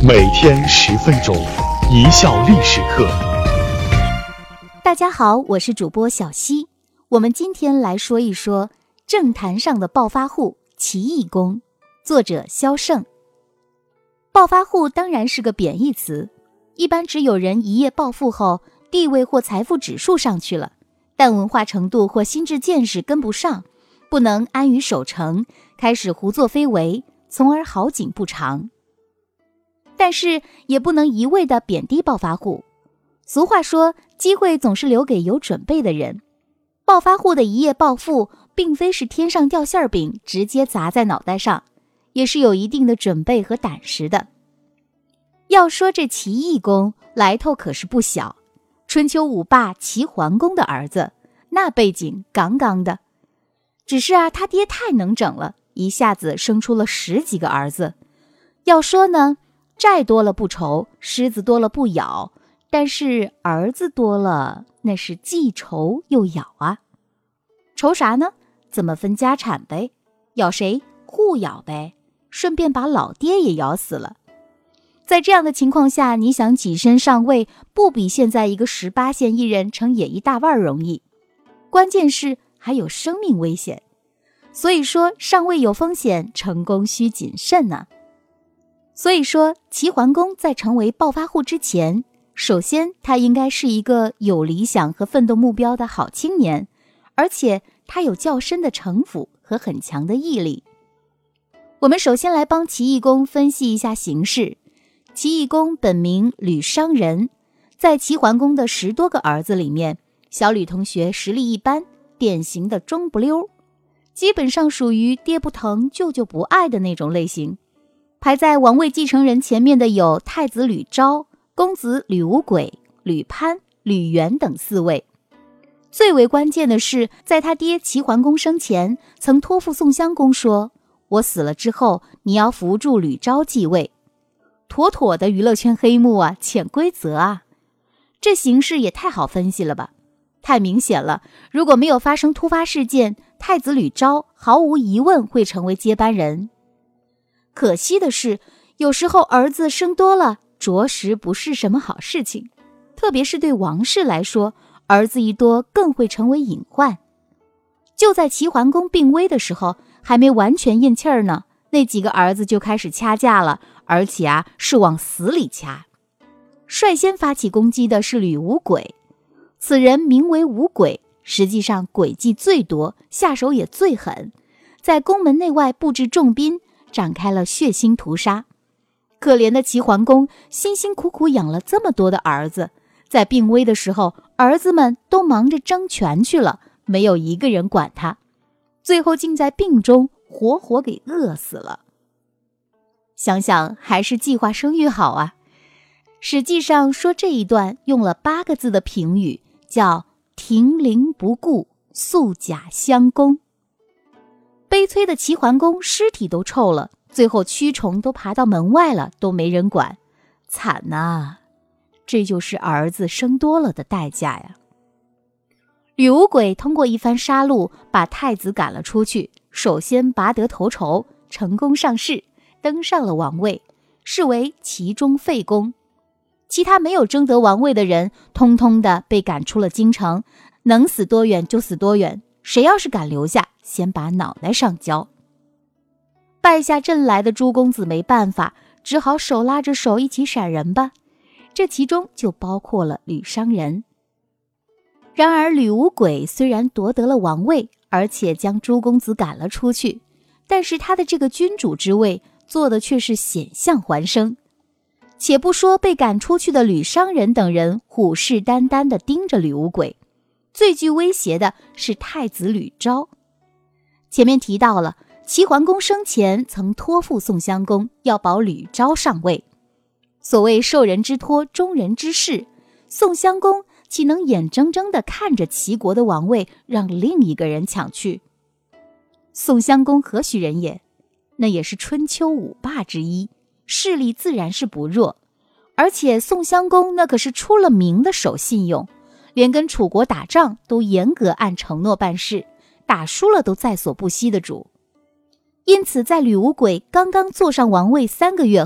每天10分钟，一笑历史课。 大家好，我是主播小溪。我们今天来说一说政坛上的暴发户齐懿公，作者萧胜。暴发户当然是个贬义词，一般指有人一夜暴富后，地位或财富指数上去了，但文化程度或心智见识跟不上，不能安于守成，开始胡作非为，从而好景不长。但是也不能一味地贬低暴发户。俗话说，机会总是留给有准备的人。暴发户的一夜暴富，并非是天上掉馅饼直接砸在脑袋上，也是有一定的准备和胆识的。要说这齐懿公来头可是不小，春秋五霸齐桓公的儿子，那背景杠杠的。只是他爹太能整了，一下子生出了10几个儿子。要说呢，债多了不愁，狮子多了不咬，但是儿子多了，那是既愁又咬啊。愁啥呢？怎么分家产呗？咬谁？互咬呗，顺便把老爹也咬死了。在这样的情况下，你想跻身上位，不比现在一个18线艺人成野一大腕容易。关键是还有生命危险。所以说上位有风险，成功需谨慎啊。所以说齐桓公在成为暴发户之前，首先他应该是一个有理想和奋斗目标的好青年，而且他有较深的城府和很强的毅力。我们首先来帮齐懿公分析一下形势。齐懿公本名吕商人，在齐桓公的10多个儿子里面，小吕同学实力一般，典型的中不溜，基本上属于爹不疼舅舅不爱的那种类型。排在王位继承人前面的有太子吕昭、公子吕无轨、吕潘、吕元等4位。最为关键的是，在他爹齐桓公生前，曾托付宋襄公说，我死了之后，你要扶助吕昭继位。妥妥的娱乐圈黑幕啊，潜规则啊。这形势也太好分析了吧，太明显了。如果没有发生突发事件，太子吕昭毫无疑问会成为接班人。可惜的是，有时候儿子生多了，着实不是什么好事情。特别是对王室来说，儿子一多更会成为隐患。就在齐桓公病危的时候，还没完全咽气儿呢，那几个儿子就开始掐架了，而且是往死里掐。率先发起攻击的是吕无轨，此人名为无轨，实际上诡计最多，下手也最狠，在宫门内外布置重兵，展开了血腥屠杀。可怜的齐桓公辛辛苦苦养了这么多的儿子，在病危的时候，儿子们都忙着争权去了，没有一个人管他，最后竟在病中活活给饿死了。想想还是计划生育好啊。史记上说这一段用了8个字的评语，叫庭陵不顾，素甲相攻。悲催的齐桓公尸体都臭了，最后蛆虫都爬到门外了，都没人管，惨啊。这就是儿子生多了的代价呀。吕无轨通过一番杀戮，把太子赶了出去，首先拔得头筹，成功上市，登上了王位，是为齐中废公。其他没有争得王位的人，通通的被赶出了京城，能死多远就死多远，谁要是敢留下，先把脑袋上交。败下阵来的诸公子没办法，只好手拉着手一起闪人吧，这其中就包括了吕商人。然而吕无轨虽然夺得了王位，而且将诸公子赶了出去，但是他的这个君主之位做的却是险象环生。且不说被赶出去的吕商人等人虎视眈眈地盯着吕无轨，最具威胁的是太子吕昭。前面提到了，齐桓公生前曾托付宋襄公要保吕昭上位。所谓受人之托，忠人之事，宋襄公岂能眼睁睁地看着齐国的王位让另一个人抢去？宋襄公何许人也？那也是春秋五霸之一，势力自然是不弱。而且宋襄公那可是出了名的守信用，连跟楚国打仗都严格按承诺办事，打输了都在所不惜的主。因此在吕无轨刚刚坐上王位3个月后，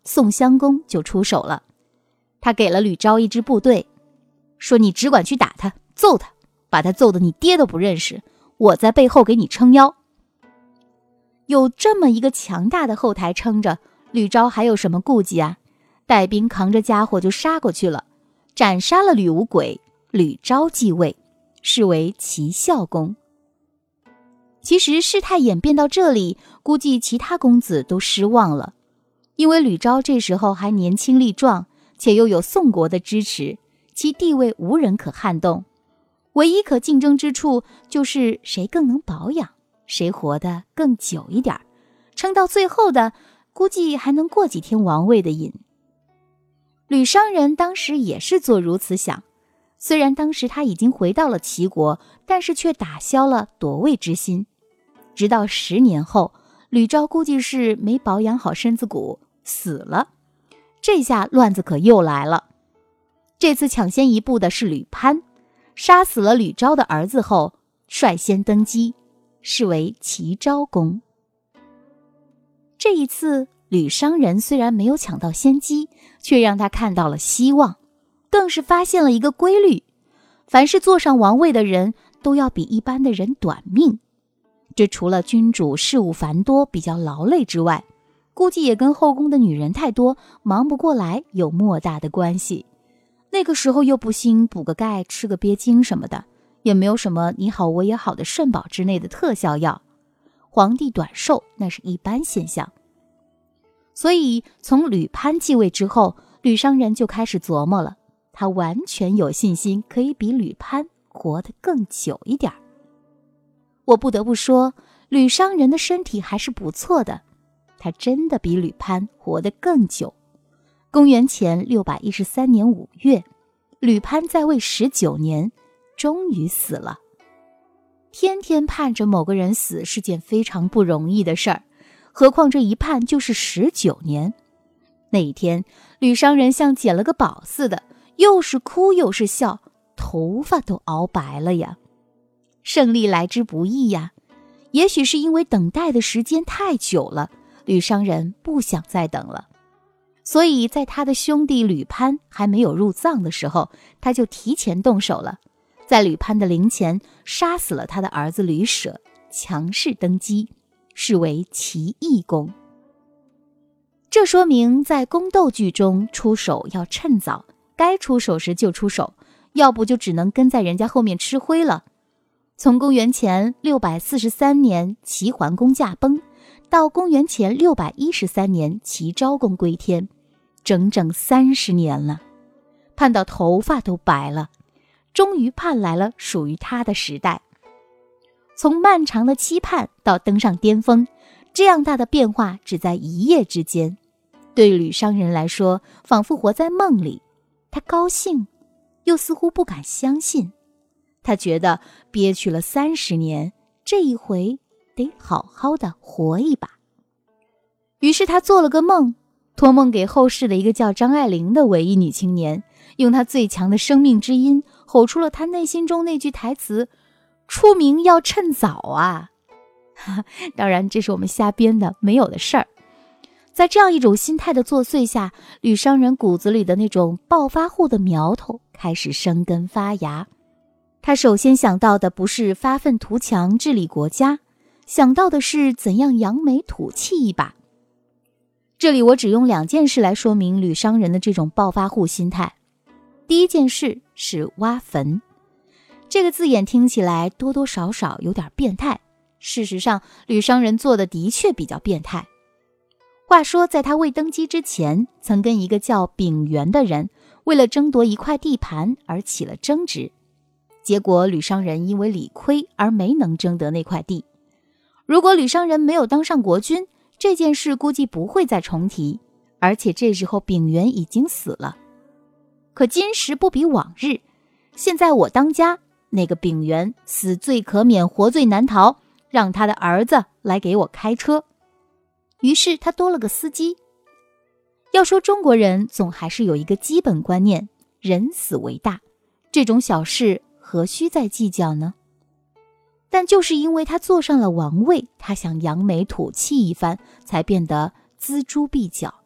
宋襄公就出手了。他给了吕昭一支部队，说你只管去打他，揍他，把他揍得你爹都不认识，我在背后给你撑腰。有这么一个强大的后台撑着，吕昭还有什么顾忌啊？带兵扛着家伙就杀过去了，斩杀了吕无轨，吕昭继位，是为齐孝公。其实事态演变到这里，估计其他公子都失望了，因为吕昭这时候还年轻力壮，且又有宋国的支持，其地位无人可撼动。唯一可竞争之处就是谁更能保养，谁活得更久一点，撑到最后的估计还能过几天王位的瘾。吕商人当时也是做如此想，虽然当时他已经回到了齐国，但是却打消了夺位之心。直到10年后，吕昭估计是没保养好身子骨死了，这下乱子可又来了。这次抢先一步的是吕潘，杀死了吕昭的儿子后率先登基，是为齐昭公。这一次吕商人虽然没有抢到先机，却让他看到了希望，更是发现了一个规律，凡是坐上王位的人都要比一般的人短命。这除了君主事务繁多比较劳累之外，估计也跟后宫的女人太多忙不过来有莫大的关系。那个时候又不兴补个钙吃个鳖精什么的，也没有什么你好我也好的肾宝之类的特效药，皇帝短寿那是一般现象。所以从吕潘继位之后，吕商人就开始琢磨了，他完全有信心可以比吕潘活得更久一点。我不得不说，吕商人的身体还是不错的，他真的比吕潘活得更久。公元前613年5月，吕潘在位19年，终于死了。天天盼着某个人死是件非常不容易的事儿，何况这一盼就是19年。那一天，吕商人像捡了个宝似的，又是哭又是笑，头发都熬白了呀。胜利来之不易呀，也许是因为等待的时间太久了，吕商人不想再等了。所以在他的兄弟吕潘还没有入葬的时候，他就提前动手了，在吕潘的灵前杀死了他的儿子吕舍，强势登基，是为齐懿公。这说明在宫斗剧中出手要趁早，该出手时就出手，要不就只能跟在人家后面吃灰了。从公元前643年齐桓公驾崩，到公元前613年齐昭公归天，整整30年了，盼到头发都白了，终于盼来了属于他的时代。从漫长的期盼到登上巅峰，这样大的变化只在一夜之间，对吕商人来说仿佛活在梦里。他高兴，又似乎不敢相信。他觉得憋屈了30年，这一回得好好的活一把。于是他做了个梦，托梦给后世的一个叫张爱玲的文艺女青年，用她最强的生命之音吼出了她内心中那句台词：出名要趁早啊。当然这是我们瞎编的，没有的事儿。在这样一种心态的作祟下，吕商人骨子里的那种暴发户的苗头开始生根发芽。他首先想到的不是发愤图强治理国家，想到的是怎样扬眉吐气一把。这里我只用2件事来说明吕商人的这种暴发户心态。第一件事是挖坟，这个字眼听起来多多少少有点变态，事实上吕商人做的的确比较变态。话说在他未登基之前，曾跟一个叫丙原的人为了争夺一块地盘而起了争执，结果吕商人因为理亏而没能争得那块地。如果吕商人没有当上国君，这件事估计不会再重提，而且这时候丙原已经死了。可今时不比往日，现在我当家，那个丙原死罪可免，活罪难逃，让他的儿子来给我开车。于是他多了个司机。要说中国人总还是有一个基本观念，人死为大，这种小事何须再计较呢？但就是因为他坐上了王位，他想扬眉吐气一番，才变得锱铢必较。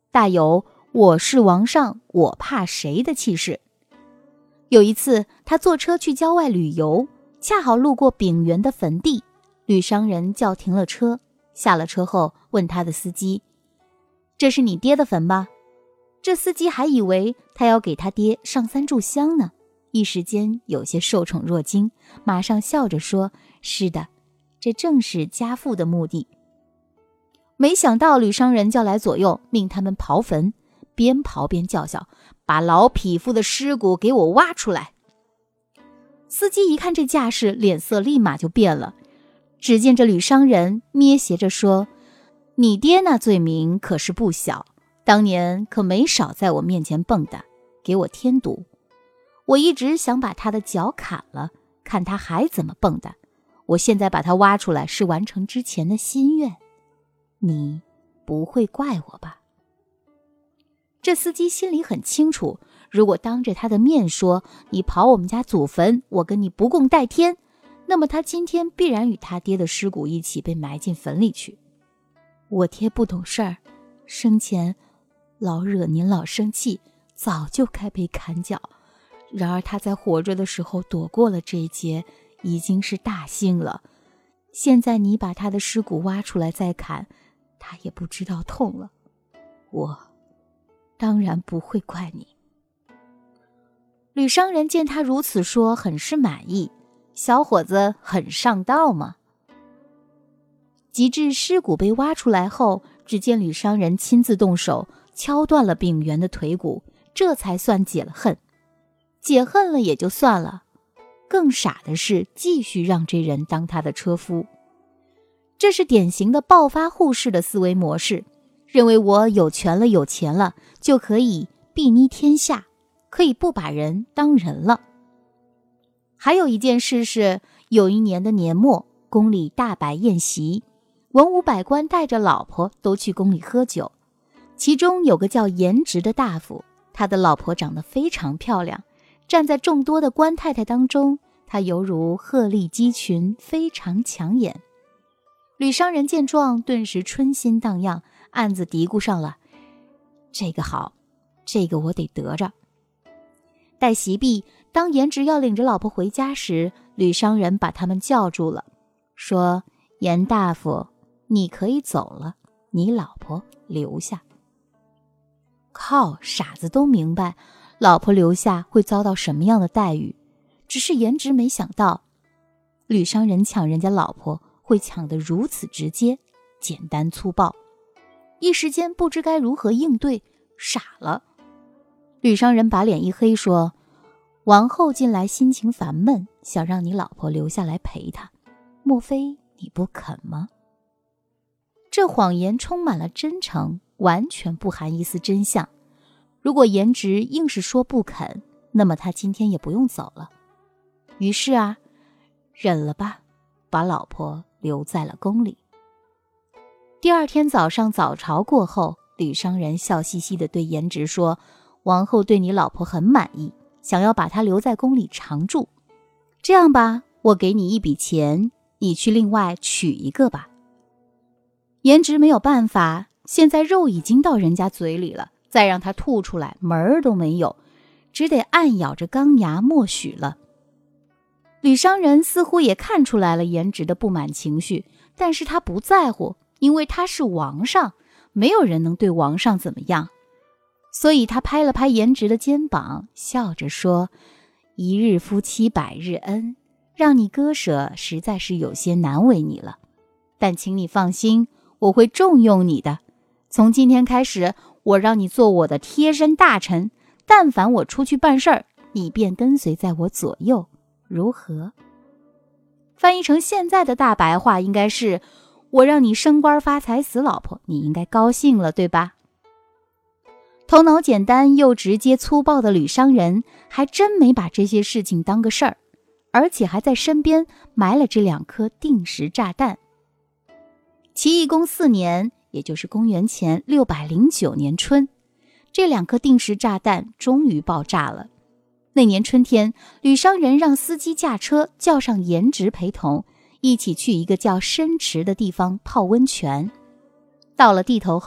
大有我是王上，我怕谁的气势。有一次，他坐车去郊外旅游，恰好路过丙原的坟地，吕商人叫停了车，下了车后问他的司机：“这是你爹的坟吧？”这司机还以为他要给他爹上3炷香呢，一时间有些受宠若惊，马上笑着说：“是的，这正是家父的目的。”没想到吕商人叫来左右，命他们刨坟，边刨边叫嚣：“把老匹夫的尸骨给我挖出来！”司机一看这架势，脸色立马就变了。只见这吕商人咩斜着说：“你爹那罪名可是不小，当年可没少在我面前蹦跶，给我添堵。我一直想把他的脚砍了，看他还怎么蹦跶。我现在把他挖出来，是完成之前的心愿。你不会怪我吧？”这司机心里很清楚，如果当着他的面说你刨我们家祖坟，我跟你不共戴天，那么他今天必然与他爹的尸骨一起被埋进坟里去。我爹不懂事儿，生前老惹您老生气，早就该被砍脚。然而他在活着的时候躲过了这一劫，已经是大幸了。现在你把他的尸骨挖出来再砍，他也不知道痛了。我当然不会怪你。吕商人见他如此说，很是满意，小伙子很上道嘛。及至尸骨被挖出来后，只见吕商人亲自动手敲断了丙原的腿骨，这才算解了恨。解恨了也就算了，更傻的是继续让这人当他的车夫。这是典型的暴发户式的思维模式，认为我有权了有钱了，就可以睥睨天下，可以不把人当人了。还有一件事是，有一年的年末，宫里大摆宴席，文武百官带着老婆都去宫里喝酒。其中有个叫颜值的大夫，他的老婆长得非常漂亮，站在众多的官太太当中，她犹如鹤立鸡群，非常抢眼。吕商人见状，顿时春心荡漾，暗自嘀咕上了：这个好，这个我得得着。待席毕，当颜值要领着老婆回家时，吕商人把他们叫住了，说：颜大夫，你可以走了，你老婆留下。靠，傻子都明白老婆留下会遭到什么样的待遇，只是颜值没想到吕商人抢人家老婆会抢得如此直接、简单粗暴，一时间不知该如何应对，傻了。吕商人把脸一黑说：王后近来心情烦闷，想让你老婆留下来陪她，莫非你不肯吗？这谎言充满了真诚，完全不含一丝真相。如果颜值硬是说不肯，那么他今天也不用走了。于是啊，忍了吧，把老婆留在了宫里。第二天早上早朝过后，吕商人笑嘻嘻地对颜值说：王后对你老婆很满意，想要把她留在宫里常住。这样吧，我给你一笔钱，你去另外娶一个吧。颜值没有办法，现在肉已经到人家嘴里了，再让他吐出来门儿都没有，只得暗咬着钢牙默许了。吕商人似乎也看出来了颜值的不满情绪，但是他不在乎，因为他是王上，没有人能对王上怎么样。所以他拍了拍颜值的肩膀，笑着说：一日夫妻百日恩，让你割舍实在是有些难为你了，但请你放心，我会重用你的。从今天开始，我让你做我的贴身大臣，但凡我出去办事儿，你便跟随在我左右，如何？翻译成现在的大白话应该是：我让你升官发财死老婆，你应该高兴了，对吧？头脑简单又直接粗暴的吕商人还真没把这些事情当个事儿，而且还在身边埋了这2颗定时炸弹。齐懿公4年，也就是公元前609年春，这2颗定时炸弹终于爆炸了。那年春天，吕商人让司机驾车叫上颜值陪同，一起去一个叫深池的地方泡温泉。到了地头后，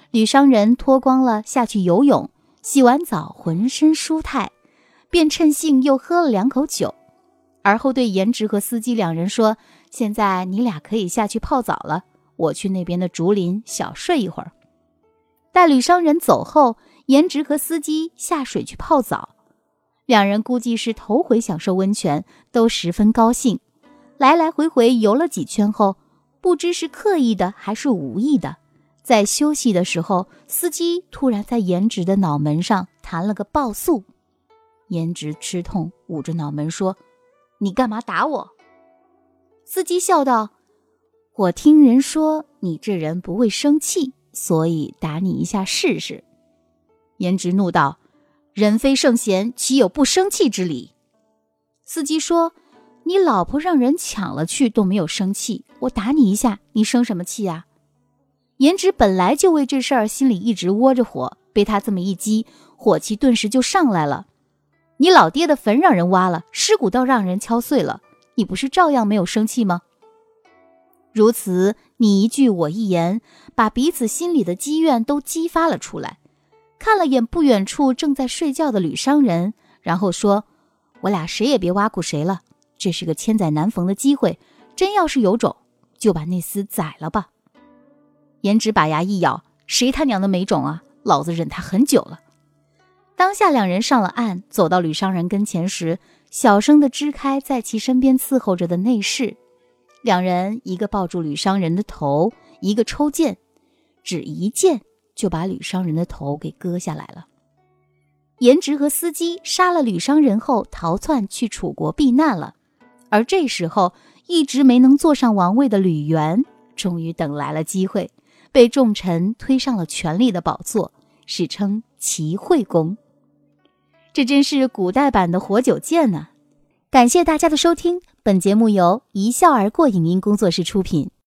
吕商人脱光了下去游泳，洗完澡浑身舒泰，便趁兴又喝了2口酒，而后对颜值和司机2人说，现在你俩可以下去泡澡了，我去那边的竹林小睡一会儿。待吕商人走后，颜值和司机下水去泡澡，2人估计是头回享受温泉，都十分高兴，来来回回游了几圈后，不知是刻意的还是无意的，在休息的时候，司机突然在颜值的脑门上弹了个爆速。颜值吃痛，捂着脑门说，你干嘛打我？司机笑道，我听人说你这人不会生气，所以打你一下试试。颜值怒道，人非圣贤，岂有不生气之理？司机说，你老婆让人抢了去都没有生气，我打你一下，你生什么气啊？颜值本来就为这事儿心里一直窝着火，被他这么一激，火气顿时就上来了。你老爹的坟让人挖了，尸骨都让人敲碎了，你不是照样没有生气吗？如此你一句我一言，把彼此心里的积怨都激发了出来。看了眼不远处正在睡觉的吕商人，然后说，我俩谁也别挖苦谁了，这是个千载难逢的机会，真要是有种，就把那厮宰了吧。颜值把牙一咬，谁他娘的没种啊，老子忍他很久了。当下2人上了岸，走到吕商人跟前时，小声地支开在其身边伺候着的内侍，2人一个抱住吕商人的头，一个抽剑，只一剑就把吕商人的头给割下来了。颜值和司机杀了吕商人后逃窜去楚国避难了，而这时候一直没能坐上王位的吕元终于等来了机会，被众臣推上了权力的宝座，史称齐惠公。这真是古代版的活久见呢。感谢大家的收听，本节目由一笑而过影音工作室出品。